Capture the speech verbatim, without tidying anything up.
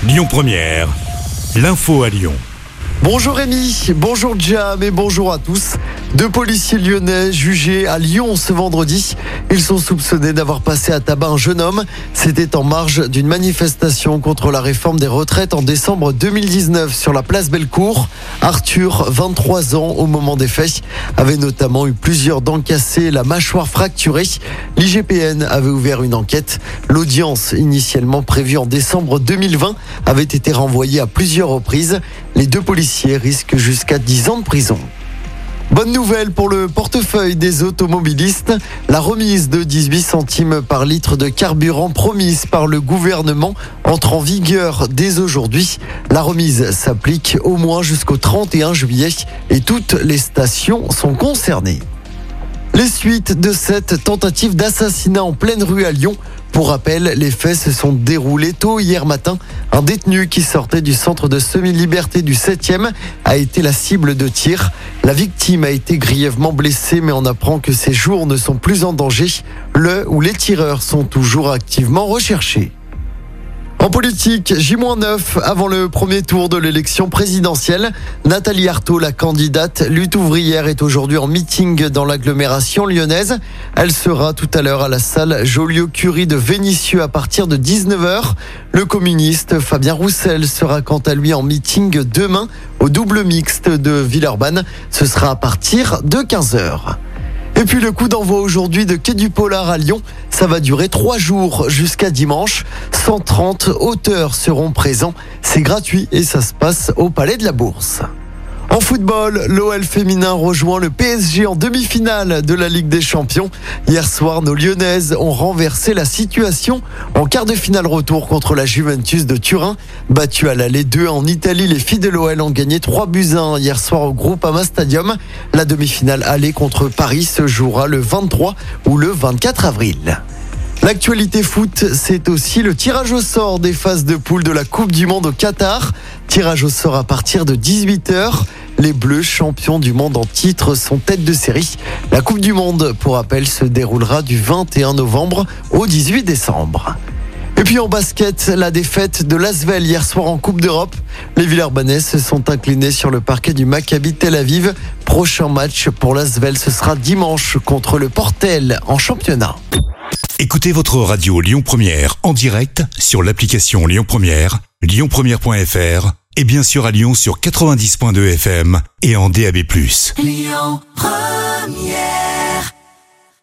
Lyon Première, l'info à Lyon. Bonjour Rémi, bonjour Jam et bonjour à tous. Deux policiers lyonnais jugés à Lyon ce vendredi. Ils sont soupçonnés d'avoir passé à tabac un jeune homme. C'était en marge d'une manifestation contre la réforme des retraites en décembre deux mille dix-neuf sur la place Bellecour. Arthur, vingt-trois ans au moment des faits, avait notamment eu plusieurs dents cassées et la mâchoire fracturée. L'I G P N avait ouvert une enquête. L'audience, initialement prévue en décembre deux mille vingt, avait été renvoyée à plusieurs reprises. Les deux policiers risquent jusqu'à dix ans de prison. Bonne nouvelle pour le portefeuille des automobilistes. La remise de dix-huit centimes par litre de carburant promise par le gouvernement entre en vigueur dès aujourd'hui. La remise s'applique au moins jusqu'au trente et un juillet et toutes les stations sont concernées. Les suites de cette tentative d'assassinat en pleine rue à Lyon. Pour rappel, les faits se sont déroulés tôt hier matin. Un détenu qui sortait du centre de semi-liberté du septième a été la cible de tirs. La victime a été grièvement blessée, mais on apprend que ses jours ne sont plus en danger. Le ou les tireurs sont toujours activement recherchés. En politique, J neuf avant le premier tour de l'élection présidentielle. Nathalie Arthaud, la candidate lutte ouvrière, est aujourd'hui en meeting dans l'agglomération lyonnaise. Elle sera tout à l'heure à la salle Joliot-Curie de Vénissieux à partir de dix-neuf heures. Le communiste Fabien Roussel sera quant à lui en meeting demain au double mixte de Villeurbanne. Ce sera à partir de quinze heures. Et puis le coup d'envoi aujourd'hui de Quai du Polar à Lyon, ça va durer trois jours jusqu'à dimanche. cent trente auteurs seront présents. C'est gratuit et ça se passe au Palais de la Bourse. En football, l'O L féminin rejoint le P S G en demi-finale de la Ligue des Champions. Hier soir, nos Lyonnaises ont renversé la situation en quart de finale retour contre la Juventus de Turin. Battues à l'aller deux en Italie, les filles de l'O L ont gagné trois buts à un hier soir au Groupama Stadium. La demi-finale aller contre Paris se jouera le vingt-trois ou le vingt-quatre avril. L'actualité foot, c'est aussi le tirage au sort des phases de poule de la Coupe du Monde au Qatar. Tirage au sort à partir de dix-huit heures. Les Bleus, champions du monde en titre, sont tête de série. La Coupe du Monde, pour rappel, se déroulera du vingt et un novembre au dix-huit décembre. Et puis en basket, la défaite de l'Asvel hier soir en Coupe d'Europe. Les Villeurbanais se sont inclinés sur le parquet du Maccabi Tel Aviv. Prochain match pour l'Asvel, ce sera dimanche contre le Portel en championnat. Écoutez votre radio Lyon Première en direct sur l'application Lyon Première, lyon première point f r et bien sûr à Lyon sur quatre-vingt-dix point deux F M et en D A B plus. Lyon Première.